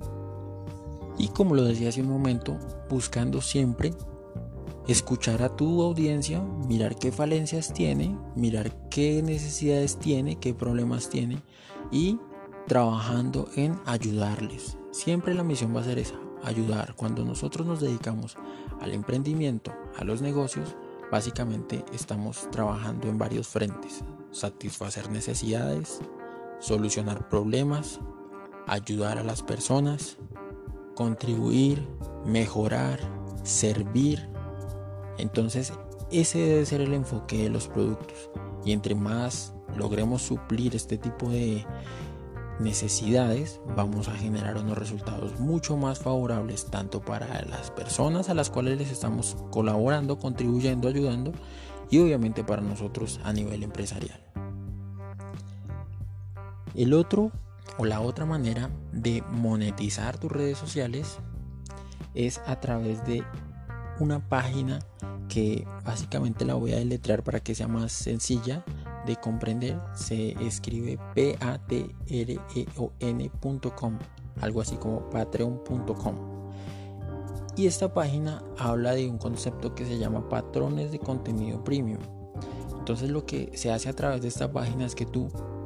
A: y, como lo decía hace un momento, buscando siempre escuchar a tu audiencia, mirar qué falencias tiene, mirar qué necesidades tiene, qué problemas tiene y trabajando en ayudarles. Siempre la misión va a ser esa, ayudar. Cuando nosotros nos dedicamos al emprendimiento, a los negocios, básicamente estamos trabajando en varios frentes: satisfacer necesidades, solucionar problemas, ayudar a las personas, contribuir, mejorar, servir. Entonces ese debe ser el enfoque de los productos. Y entre más logremos suplir este tipo de necesidades, vamos a generar unos resultados mucho más favorables tanto para las personas a las cuales les estamos colaborando, contribuyendo, ayudando, y obviamente para nosotros a nivel empresarial. El otro o la otra manera de monetizar tus redes sociales es a través de una página que básicamente la voy a deletrear para que sea más sencilla de comprender. Se escribe patreon punto com, algo así como patreon punto com. Y esta página habla de un concepto que se llama patrones de contenido premium. Entonces lo que se hace a través de esta página es que tú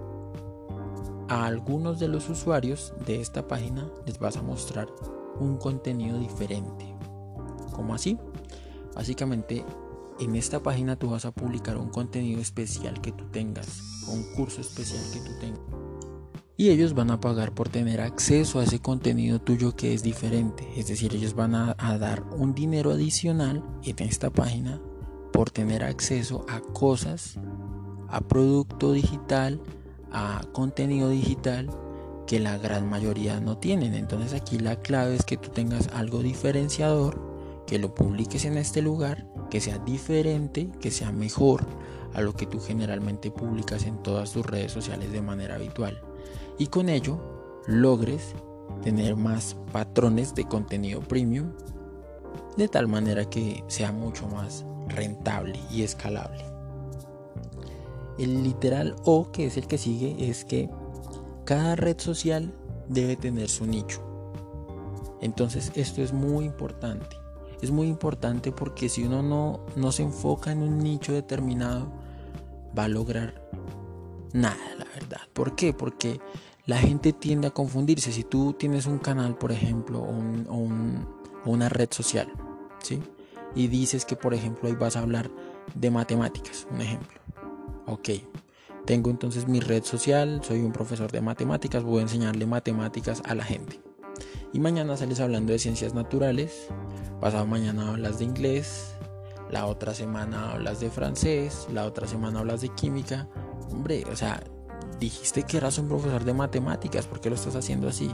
A: a algunos de los usuarios de esta página les vas a mostrar un contenido diferente. ¿Cómo así? Básicamente en esta página tú vas a publicar un contenido especial que tú tengas, un curso especial que tú tengas, y ellos van a pagar por tener acceso a ese contenido tuyo que es diferente. Es decir, ellos van a, a dar un dinero adicional en esta página por tener acceso a cosas, a producto digital, a contenido digital que la gran mayoría no tienen. Entonces aquí la clave es que tú tengas algo diferenciador, que lo publiques en este lugar, que sea diferente, que sea mejor a lo que tú generalmente publicas en todas tus redes sociales de manera habitual, y con ello logres tener más patrones de contenido premium de tal manera que sea mucho más rentable y escalable. El literal O, que es el que sigue, es que cada red social debe tener su nicho. Entonces esto es muy importante. Es muy importante porque si uno no, no se enfoca en un nicho determinado, va a lograr nada, la verdad. ¿Por qué? Porque la gente tiende a confundirse. Si tú tienes un canal, por ejemplo, o, un, o, un, o una red social, ¿sí? Y dices que, por ejemplo, hoy vas a hablar de matemáticas, un ejemplo. Ok, tengo entonces mi red social, soy un profesor de matemáticas, voy a enseñarle matemáticas a la gente. Y mañana sales hablando de ciencias naturales, pasado mañana hablas de inglés, la otra semana hablas de francés, la otra semana hablas de química. Hombre, o sea, dijiste que eras un profesor de matemáticas, ¿por qué lo estás haciendo así?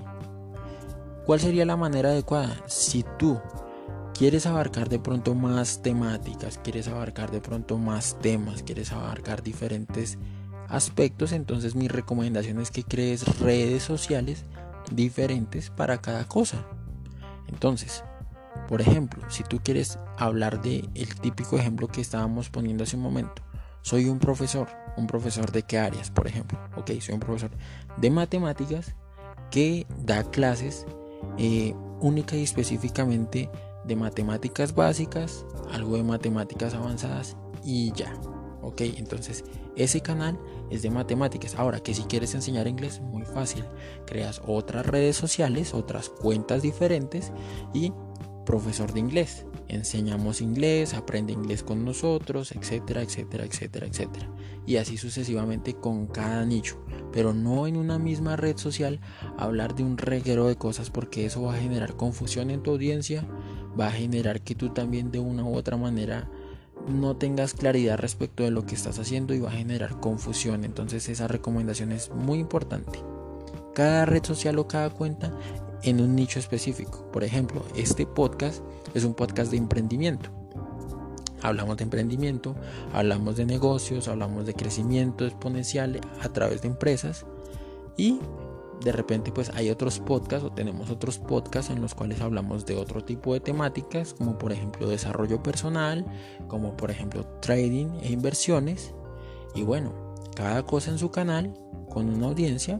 A: ¿Cuál sería la manera adecuada? Si tú quieres abarcar de pronto más temáticas, quieres abarcar de pronto más temas, quieres abarcar diferentes aspectos, entonces mi recomendación es que crees redes sociales diferentes para cada cosa. Entonces, por ejemplo, si tú quieres hablar de el típico ejemplo que estábamos poniendo hace un momento, soy un profesor, un profesor de qué áreas, por ejemplo. Ok, soy un profesor de matemáticas que da clases eh, única y específicamente de matemáticas básicas, algo de matemáticas avanzadas y ya. Ok, entonces ese canal es de matemáticas. Ahora que si quieres enseñar inglés, muy fácil, creas otras redes sociales, otras cuentas diferentes y profesor de inglés, enseñamos inglés, aprende inglés con nosotros, etcétera, etcétera, etcétera, etcétera, y así sucesivamente con cada nicho, pero no en una misma red social hablar de un reguero de cosas, porque eso va a generar confusión en tu audiencia, va a generar que tú también de una u otra manera no tengas claridad respecto de lo que estás haciendo y va a generar confusión. Entonces esa recomendación es muy importante. Cada red social o cada cuenta en un nicho específico. Por ejemplo, este podcast es un podcast de emprendimiento. Hablamos de emprendimiento, hablamos de negocios, hablamos de crecimiento exponencial a través de empresas, y de repente pues hay otros podcasts o tenemos otros podcasts en los cuales hablamos de otro tipo de temáticas, como por ejemplo desarrollo personal, como por ejemplo trading e inversiones. Y bueno, cada cosa en su canal con una audiencia,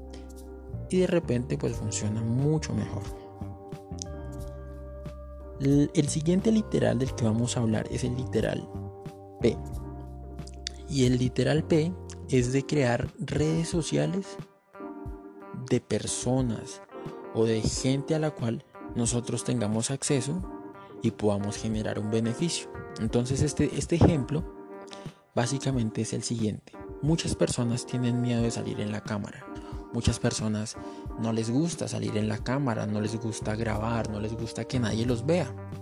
A: y de repente pues funciona mucho mejor. El, el siguiente literal del que vamos a hablar es el literal P. Y el literal P es de crear redes sociales de personas o de gente a la cual nosotros tengamos acceso y podamos generar un beneficio. Entonces este, este ejemplo básicamente es el siguiente. Muchas personas tienen miedo de salir en la cámara. Muchas personas no les gusta salir en la cámara, no les gusta grabar, no les gusta que nadie los vea.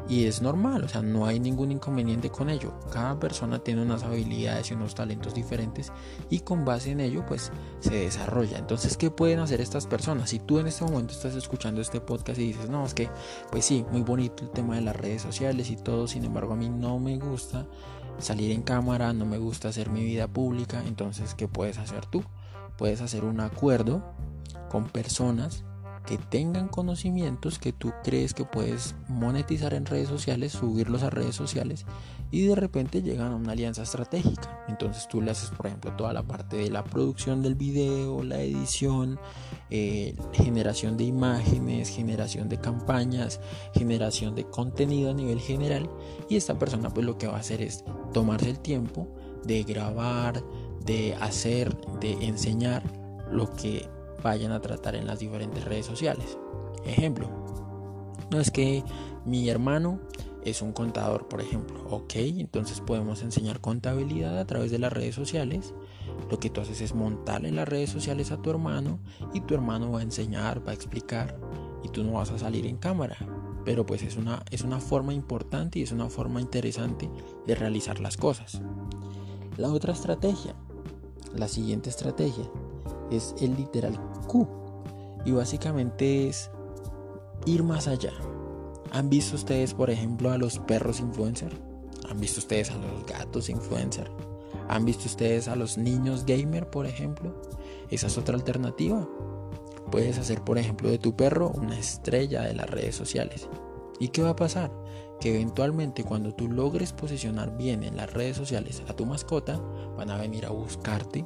A: Y es normal, o sea, no hay ningún inconveniente con ello. Cada persona tiene unas habilidades y unos talentos diferentes y con base en ello pues se desarrolla. Entonces, ¿qué pueden hacer estas personas? Si tú en este momento estás escuchando este podcast y dices, no, es que pues sí, muy bonito el tema de las redes sociales y todo, sin embargo a mí no me gusta salir en cámara, no me gusta hacer mi vida pública. Entonces, ¿qué puedes hacer tú? Puedes hacer un acuerdo con personas que tengan conocimientos que tú crees que puedes monetizar en redes sociales, subirlos a redes sociales y de repente llegan a una alianza estratégica. Entonces tú le haces, por ejemplo, toda la parte de la producción del video, la edición, eh, generación de imágenes, generación de campañas, generación de contenido a nivel general, y esta persona pues lo que va a hacer es tomarse el tiempo de grabar, de hacer, de enseñar lo que vayan a tratar en las diferentes redes sociales. Ejemplo, no es que mi hermano es un contador, por ejemplo. Ok, entonces podemos enseñar contabilidad a través de las redes sociales. Lo que tú haces es montarle las redes sociales a tu hermano y tu hermano va a enseñar, va a explicar y tú no vas a salir en cámara. Pero pues es una, es una forma importante y es una forma interesante de realizar las cosas. La otra estrategia, la siguiente estrategia, es el literal Q, y básicamente es ir más allá. ¿Han visto ustedes, por ejemplo, a los perros influencer? ¿Han visto ustedes a los gatos influencer? ¿Han visto ustedes a los niños gamer, por ejemplo? Esa es otra alternativa. Puedes hacer, por ejemplo, de tu perro una estrella de las redes sociales. ¿Y qué va a pasar? Que eventualmente cuando tú logres posicionar bien en las redes sociales a tu mascota, van a venir a buscarte,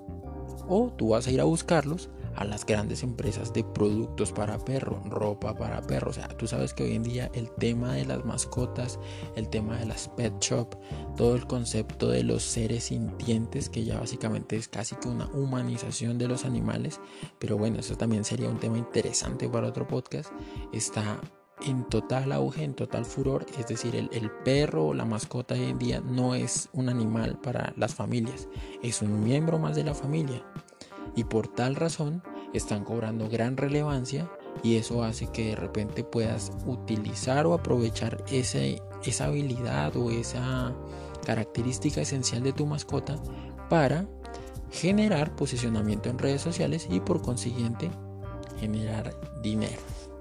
A: o tú vas a ir a buscarlos a las grandes empresas de productos para perro, ropa para perro. O sea, tú sabes que hoy en día el tema de las mascotas, el tema de las pet shop, todo el concepto de los seres sintientes, que ya básicamente es casi que una humanización de los animales, pero bueno, eso también sería un tema interesante para otro podcast, está en total auge, en total furor. Es decir, el, el perro o la mascota hoy en día no es un animal para las familias, es un miembro más de la familia, y por tal razón están cobrando gran relevancia, y eso hace que de repente puedas utilizar o aprovechar ese, esa habilidad o esa característica esencial de tu mascota para generar posicionamiento en redes sociales y por consiguiente generar dinero.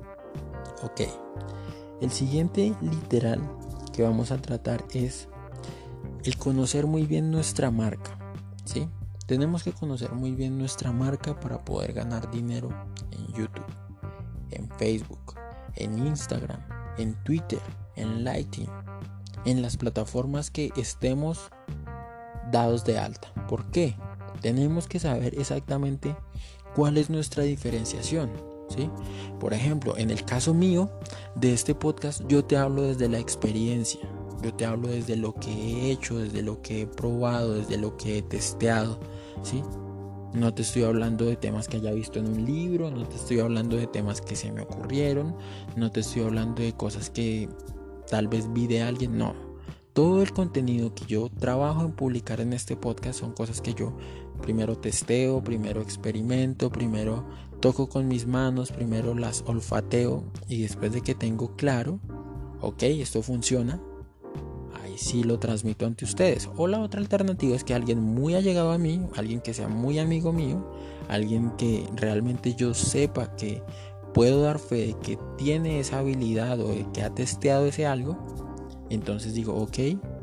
A: Ok, el siguiente literal que vamos a tratar es el conocer muy bien nuestra marca, ¿sí? Tenemos que conocer muy bien nuestra marca para poder ganar dinero en YouTube, en Facebook, en Instagram, en Twitter, en LinkedIn, en las plataformas que estemos dados de alta. ¿Por qué? Tenemos que saber exactamente cuál es nuestra diferenciación, ¿sí? Por ejemplo, en el caso mío de este podcast, yo te hablo desde la experiencia, yo te hablo desde lo que he hecho, desde lo que he probado, desde lo que he testeado, ¿sí? No te estoy hablando de temas que haya visto en un libro, no te estoy hablando de temas que se me ocurrieron, no te estoy hablando de cosas que tal vez vi de alguien, no. Todo el contenido que yo trabajo en publicar en este podcast son cosas que yo primero testeo, primero experimento, primero toco con mis manos, primero las olfateo, y después de que tengo claro, ok, esto funciona, ahí sí lo transmito ante ustedes. O la otra alternativa es que alguien muy allegado a mí, alguien que sea muy amigo mío, alguien que realmente yo sepa que puedo dar fe de que tiene esa habilidad o de que ha testeado ese algo, entonces digo, ok,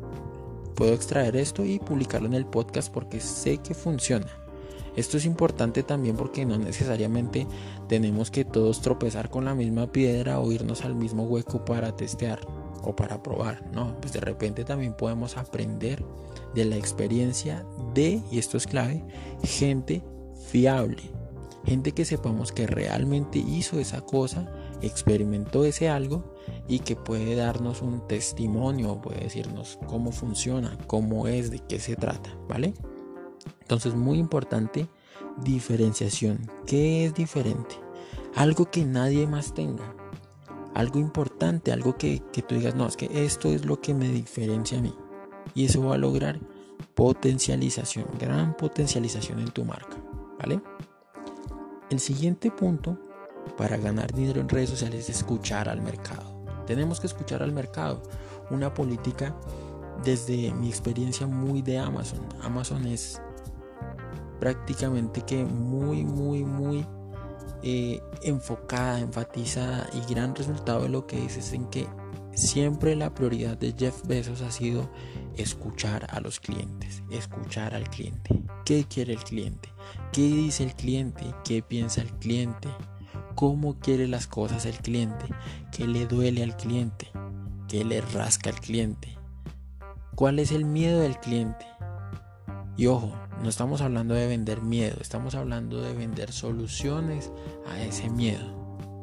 A: puedo extraer esto y publicarlo en el podcast porque sé que funciona. Esto es importante también porque no necesariamente tenemos que todos tropezar con la misma piedra o irnos al mismo hueco para testear o para probar, no, pues de repente también podemos aprender de la experiencia de, y esto es clave, gente fiable, gente que sepamos que realmente hizo esa cosa, experimentó ese algo y que puede darnos un testimonio, puede decirnos cómo funciona, cómo es, de qué se trata, ¿vale? Entonces, muy importante, diferenciación. ¿Qué es diferente? Algo que nadie más tenga. Algo importante, algo que, que tú digas, no, es que esto es lo que me diferencia a mí. Y eso va a lograr potencialización, gran potencialización en tu marca, ¿vale? El siguiente punto para ganar dinero en redes sociales es escuchar al mercado. Tenemos que escuchar al mercado. Una política, desde mi experiencia muy de Amazon. Amazon es prácticamente que muy, muy, muy eh, enfocada, enfatizada, y gran resultado de lo que dice es en que siempre la prioridad de Jeff Bezos ha sido escuchar a los clientes, escuchar al cliente. ¿Qué quiere el cliente? ¿Qué dice el cliente? ¿Qué piensa el cliente? ¿Cómo quiere las cosas el cliente? ¿Qué le duele al cliente? ¿Qué le rasca al cliente? ¿Cuál es el miedo del cliente? Y ojo, no estamos hablando de vender miedo, estamos hablando de vender soluciones a ese miedo.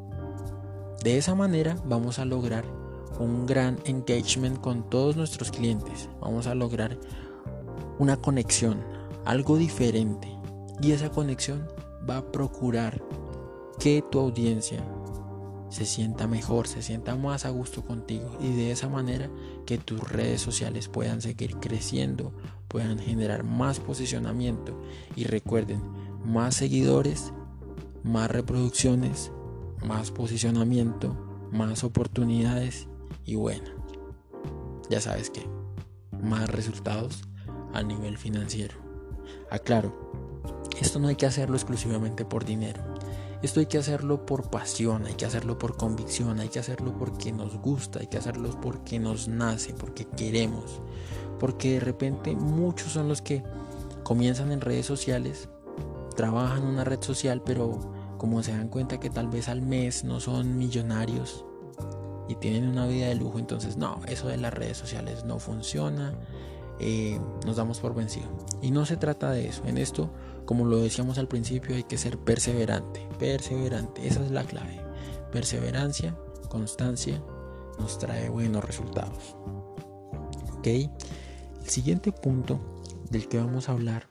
A: De esa manera vamos a lograr un gran engagement con todos nuestros clientes. Vamos a lograr una conexión, algo diferente. Y esa conexión va a procurar que tu audiencia se sienta mejor, se sienta más a gusto contigo, y de esa manera que tus redes sociales puedan seguir creciendo, puedan generar más posicionamiento. Y recuerden, más seguidores, más reproducciones, más posicionamiento, más oportunidades, y bueno, ya sabes que más resultados a nivel financiero. Aclaro, esto no hay que hacerlo exclusivamente por dinero. Esto hay que hacerlo por pasión, hay que hacerlo por convicción, hay que hacerlo porque nos gusta, hay que hacerlo porque nos nace, porque queremos. Porque de repente muchos son los que comienzan en redes sociales, trabajan en una red social, pero como se dan cuenta que tal vez al mes no son millonarios y tienen una vida de lujo, entonces no, eso de las redes sociales no funciona, eh, nos damos por vencido. Y no se trata de eso. En esto, como lo decíamos al principio, hay que ser perseverante, perseverante, esa es la clave. Perseverancia, constancia, nos trae buenos resultados. Ok, el siguiente punto del que vamos a hablar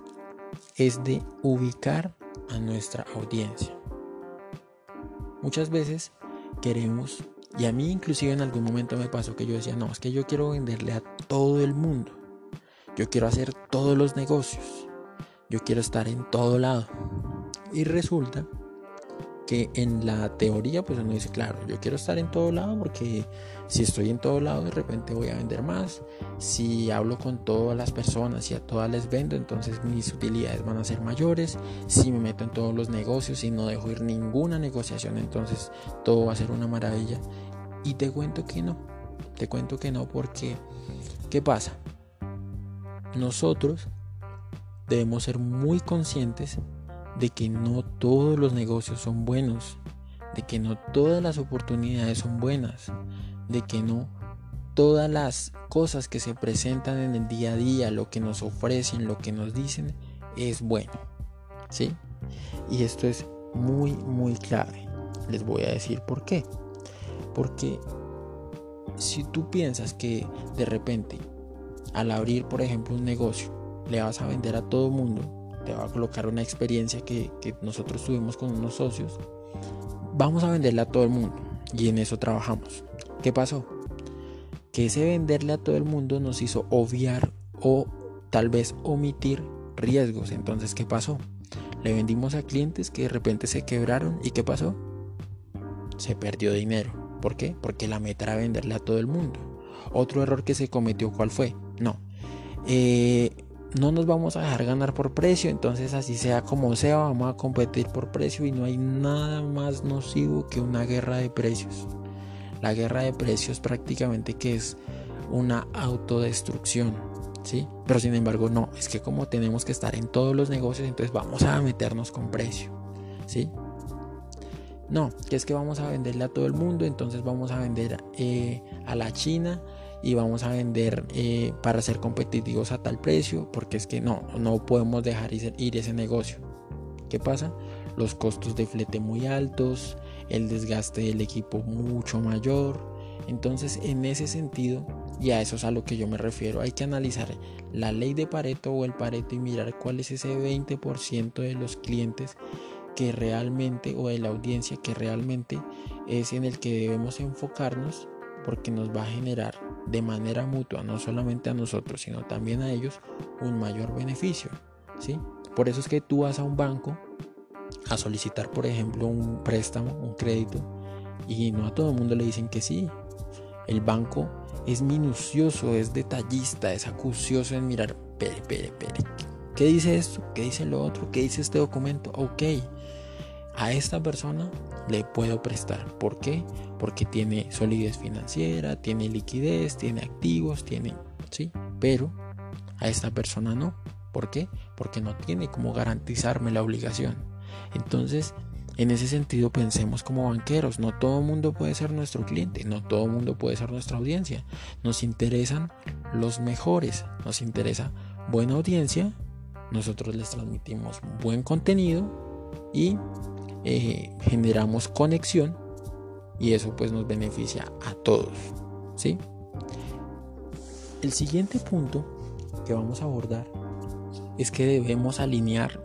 A: es de ubicar a nuestra audiencia. Muchas veces queremos, y a mí inclusive en algún momento me pasó que yo decía, no, es que yo quiero venderle a todo el mundo, yo quiero hacer todos los negocios, yo quiero estar en todo lado. Y resulta que en la teoría pues uno dice, claro, yo quiero estar en todo lado porque si estoy en todo lado de repente voy a vender más. Si hablo con todas las personas y a todas les vendo, entonces mis utilidades van a ser mayores. Si me meto en todos los negocios y no dejo ir ninguna negociación, entonces todo va a ser una maravilla. Y te cuento que no, te cuento que no porque ¿qué pasa? Nosotros debemos ser muy conscientes de que no todos los negocios son buenos, de que no todas las oportunidades son buenas, de que no todas las cosas que se presentan en el día a día, lo que nos ofrecen, lo que nos dicen, es bueno, ¿sí? Y esto es muy, muy clave. Les voy a decir por qué. Porque si tú piensas que de repente, al abrir, por ejemplo, un negocio, le vas a vender a todo mundo, te va a colocar una experiencia que, que nosotros tuvimos con unos socios, vamos a venderle a todo el mundo, y en eso trabajamos. ¿Qué pasó? Que ese venderle a todo el mundo nos hizo obviar o tal vez omitir riesgos. Entonces, ¿qué pasó? Le vendimos a clientes que de repente se quebraron, y ¿qué pasó? Se perdió dinero. ¿Por qué? Porque la meta era venderle a todo el mundo. Otro error que se cometió, ¿cuál fue? No, eh, no nos vamos a dejar ganar por precio, entonces así sea como sea, vamos a competir por precio, y no hay nada más nocivo que una guerra de precios. La guerra de precios prácticamente que es una autodestrucción, ¿sí? Pero sin embargo no, es que como tenemos que estar en todos los negocios, entonces vamos a meternos con precio, ¿sí? No, que es que vamos a venderle a todo el mundo, entonces vamos a vender eh, a la China y vamos a vender eh, para ser competitivos a tal precio, porque es que no, no podemos dejar ir ese negocio. ¿Qué pasa? Los costos de flete muy altos, el desgaste del equipo mucho mayor. Entonces, en ese sentido, y a eso es a lo que yo me refiero, hay que analizar la ley de Pareto o el Pareto y mirar cuál es ese veinte por ciento de los clientes que realmente, o de la audiencia que realmente es en el que debemos enfocarnos, porque nos va a generar de manera mutua, no solamente a nosotros, sino también a ellos, un mayor beneficio, ¿sí? Por eso es que tú vas a un banco a solicitar, por ejemplo, un préstamo, un crédito, y no a todo el mundo le dicen que sí. El banco es minucioso, es detallista, es acucioso en mirar, pere, pere, pere. ¿Qué dice esto? ¿Qué dice lo otro? ¿Qué dice este documento? Ok, a esta persona le puedo prestar. ¿Por qué? Porque tiene solidez financiera, tiene liquidez, tiene activos, tiene... ¿sí? Pero a esta persona no. ¿Por qué? Porque no tiene cómo garantizarme la obligación. Entonces, en ese sentido, pensemos como banqueros. No todo el mundo puede ser nuestro cliente, no todo el mundo puede ser nuestra audiencia. Nos interesan los mejores, nos interesa buena audiencia. Nosotros les transmitimos buen contenido y eh, generamos conexión, y eso pues nos beneficia a todos, ¿sí? El siguiente punto que vamos a abordar es que debemos alinear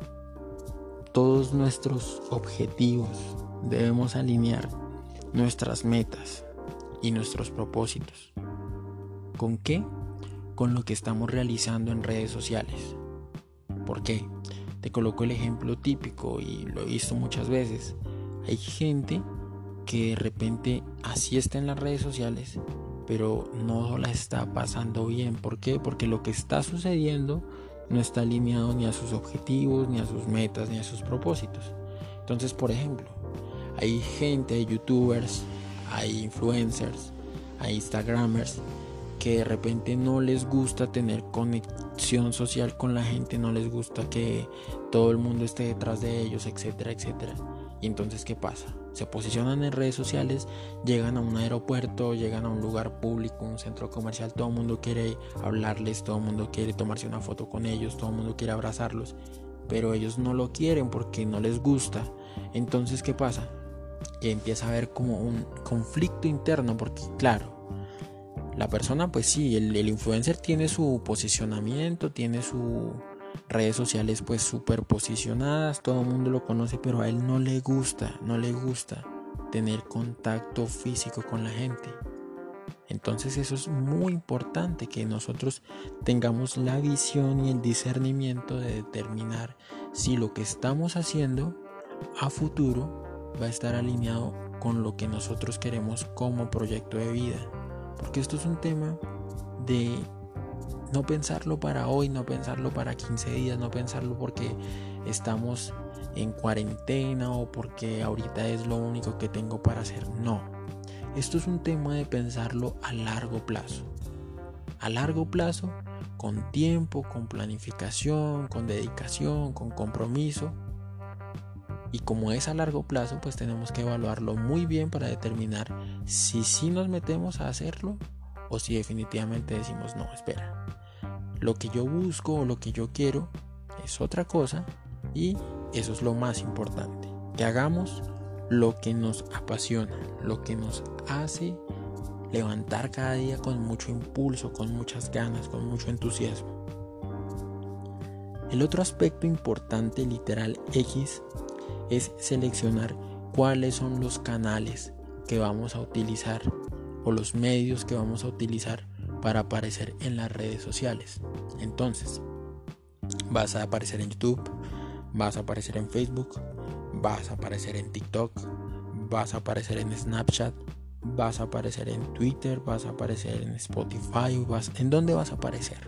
A: todos nuestros objetivos, debemos alinear nuestras metas y nuestros propósitos. ¿Con qué? Con lo que estamos realizando en redes sociales. ¿Por qué? Te coloco el ejemplo típico y lo he visto muchas veces. Hay gente que de repente así está en las redes sociales, pero no la está pasando bien. ¿Por qué? Porque lo que está sucediendo no está alineado ni a sus objetivos, ni a sus metas, ni a sus propósitos. Entonces, por ejemplo, hay gente, hay youtubers, hay influencers, hay instagramers que de repente no les gusta tener conexión social con la gente, no les gusta que todo el mundo esté detrás de ellos, etcétera, etcétera. Y entonces, ¿qué pasa? Se posicionan en redes sociales, llegan a un aeropuerto, llegan a un lugar público, un centro comercial, todo el mundo quiere hablarles, todo el mundo quiere tomarse una foto con ellos, todo el mundo quiere abrazarlos, pero ellos no lo quieren porque no les gusta. Entonces, ¿qué pasa? Que empieza a haber como un conflicto interno, porque claro, la persona, pues sí, el, el influencer tiene su posicionamiento, tiene sus redes sociales pues súper posicionadas, todo el mundo lo conoce, pero a él no le gusta, no le gusta tener contacto físico con la gente. Entonces eso es muy importante, que nosotros tengamos la visión y el discernimiento de determinar si lo que estamos haciendo a futuro va a estar alineado con lo que nosotros queremos como proyecto de vida. Porque esto es un tema de no pensarlo para hoy, no pensarlo para quince días, no pensarlo porque estamos en cuarentena o porque ahorita es lo único que tengo para hacer. No, esto es un tema de pensarlo a largo plazo. A largo plazo, con tiempo, con planificación, con dedicación, con compromiso. Y como es a largo plazo, pues tenemos que evaluarlo muy bien para determinar si sí nos metemos a hacerlo o si definitivamente decimos no, espera, lo que yo busco o lo que yo quiero es otra cosa, y eso es lo más importante, que hagamos lo que nos apasiona, lo que nos hace levantar cada día con mucho impulso, con muchas ganas, con mucho entusiasmo. El otro aspecto importante, literal X, es seleccionar cuáles son los canales que vamos a utilizar o los medios que vamos a utilizar para aparecer en las redes sociales. Entonces, vas a aparecer en YouTube, vas a aparecer en Facebook, vas a aparecer en TikTok, vas a aparecer en Snapchat, vas a aparecer en Twitter, vas a aparecer en Spotify, vas, ¿en dónde vas a aparecer?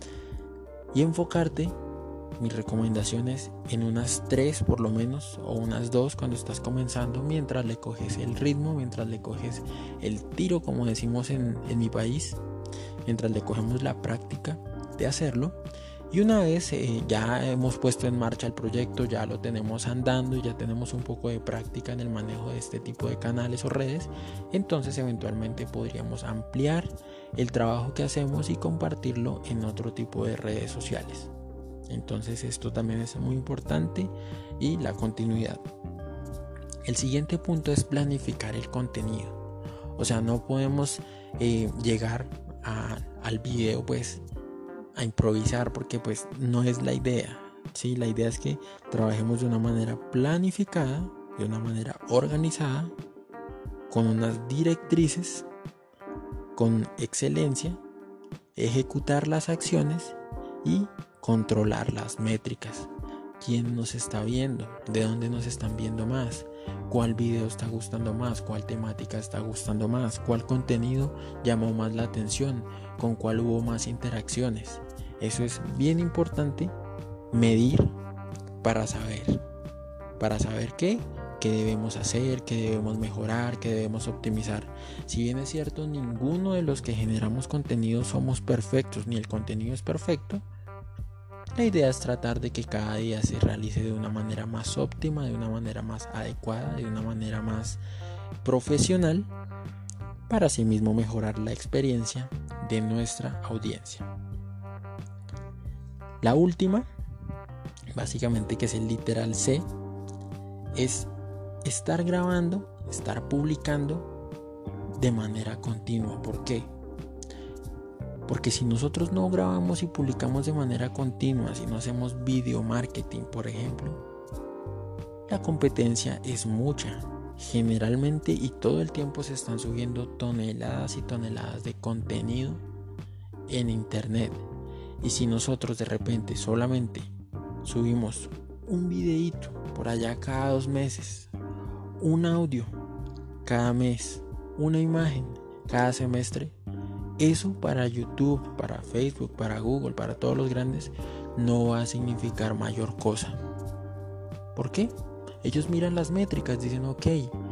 A: Y enfocarte, mis recomendaciones, en unas tres por lo menos, o unas dos cuando estás comenzando, mientras le coges el ritmo, mientras le coges el tiro, como decimos en, en mi país, mientras le cogemos la práctica de hacerlo. Y una vez eh, ya hemos puesto en marcha el proyecto, ya lo tenemos andando y ya tenemos un poco de práctica en el manejo de este tipo de canales o redes, entonces eventualmente podríamos ampliar el trabajo que hacemos y compartirlo en otro tipo de redes sociales. Entonces esto también es muy importante, y la continuidad. El siguiente punto es planificar el contenido. O sea, no podemos eh, llegar a, al video pues a improvisar, porque pues no es la idea, ¿sí? La idea es que trabajemos de una manera planificada, de una manera organizada, con unas directrices, con excelencia, ejecutar las acciones y controlar las métricas. ¿Quién nos está viendo? ¿De dónde nos están viendo más? cuál video está gustando más, cuál temática está gustando más, cuál contenido llamó más la atención, con cuál hubo más interacciones. Eso es bien importante medir para saber, para saber qué, qué debemos hacer, qué debemos mejorar, qué debemos optimizar. Si bien es cierto, ninguno de los que generamos contenido somos perfectos, ni el contenido es perfecto. La idea es tratar de que cada día se realice de una manera más óptima, de una manera más adecuada, de una manera más profesional, para asimismo mejorar la experiencia de nuestra audiencia. La última, básicamente, que es el literal C, es estar grabando, estar publicando de manera continua. ¿Por qué? Porque si nosotros no grabamos y publicamos de manera continua, si no hacemos video marketing, por ejemplo, la competencia es mucha. Generalmente y todo el tiempo se están subiendo toneladas y toneladas de contenido en internet. Y si nosotros de repente solamente subimos un videíto por allá cada dos meses, un audio cada mes, una imagen cada semestre, eso para YouTube, para Facebook, para Google, para todos los grandes, no va a significar mayor cosa. ¿Por qué? Ellos miran las métricas, dicen, ok,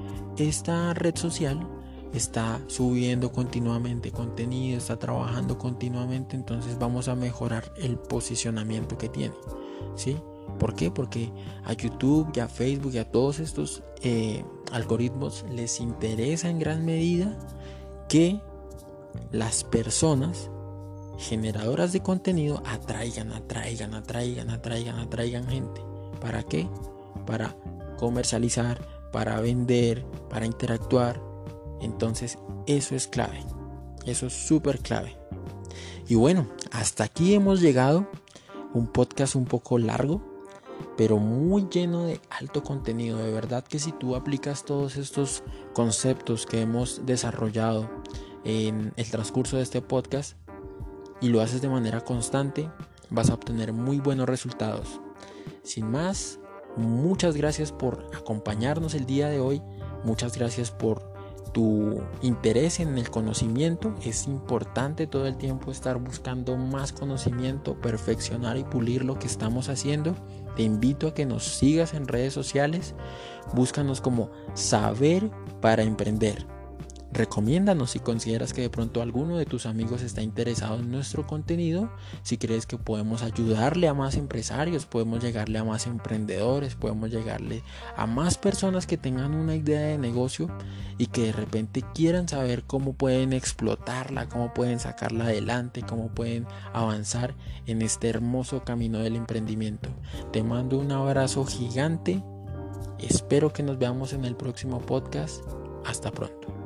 A: esta red social está subiendo continuamente contenido, está trabajando continuamente, entonces vamos a mejorar el posicionamiento que tiene, ¿sí? ¿Por qué? Porque a YouTube y a Facebook y a todos estos eh, algoritmos les interesa en gran medida que las personas generadoras de contenido atraigan, atraigan, atraigan, atraigan, atraigan gente. ¿Para qué? Para comercializar, para vender, para interactuar. Entonces eso es clave, eso es súper clave. Y bueno, hasta aquí hemos llegado. Un podcast un poco largo, pero muy lleno de alto contenido. De verdad que si tú aplicas todos estos conceptos que hemos desarrollado en el transcurso de este podcast y lo haces de manera constante, vas a obtener muy buenos resultados. Sin más, muchas gracias por acompañarnos el día de hoy. Muchas gracias por tu interés en el conocimiento. Es importante todo el tiempo estar buscando más conocimiento, perfeccionar y pulir lo que estamos haciendo. Te invito a que nos sigas en redes sociales. Búscanos como Saber para Emprender. Recomiéndanos si consideras que de pronto alguno de tus amigos está interesado en nuestro contenido. Si crees que podemos ayudarle a más empresarios, podemos llegarle a más emprendedores, podemos llegarle a más personas que tengan una idea de negocio y que de repente quieran saber cómo pueden explotarla, cómo pueden sacarla adelante, cómo pueden avanzar en este hermoso camino del emprendimiento. Te mando un abrazo gigante. Espero que nos veamos en el próximo podcast. Hasta pronto.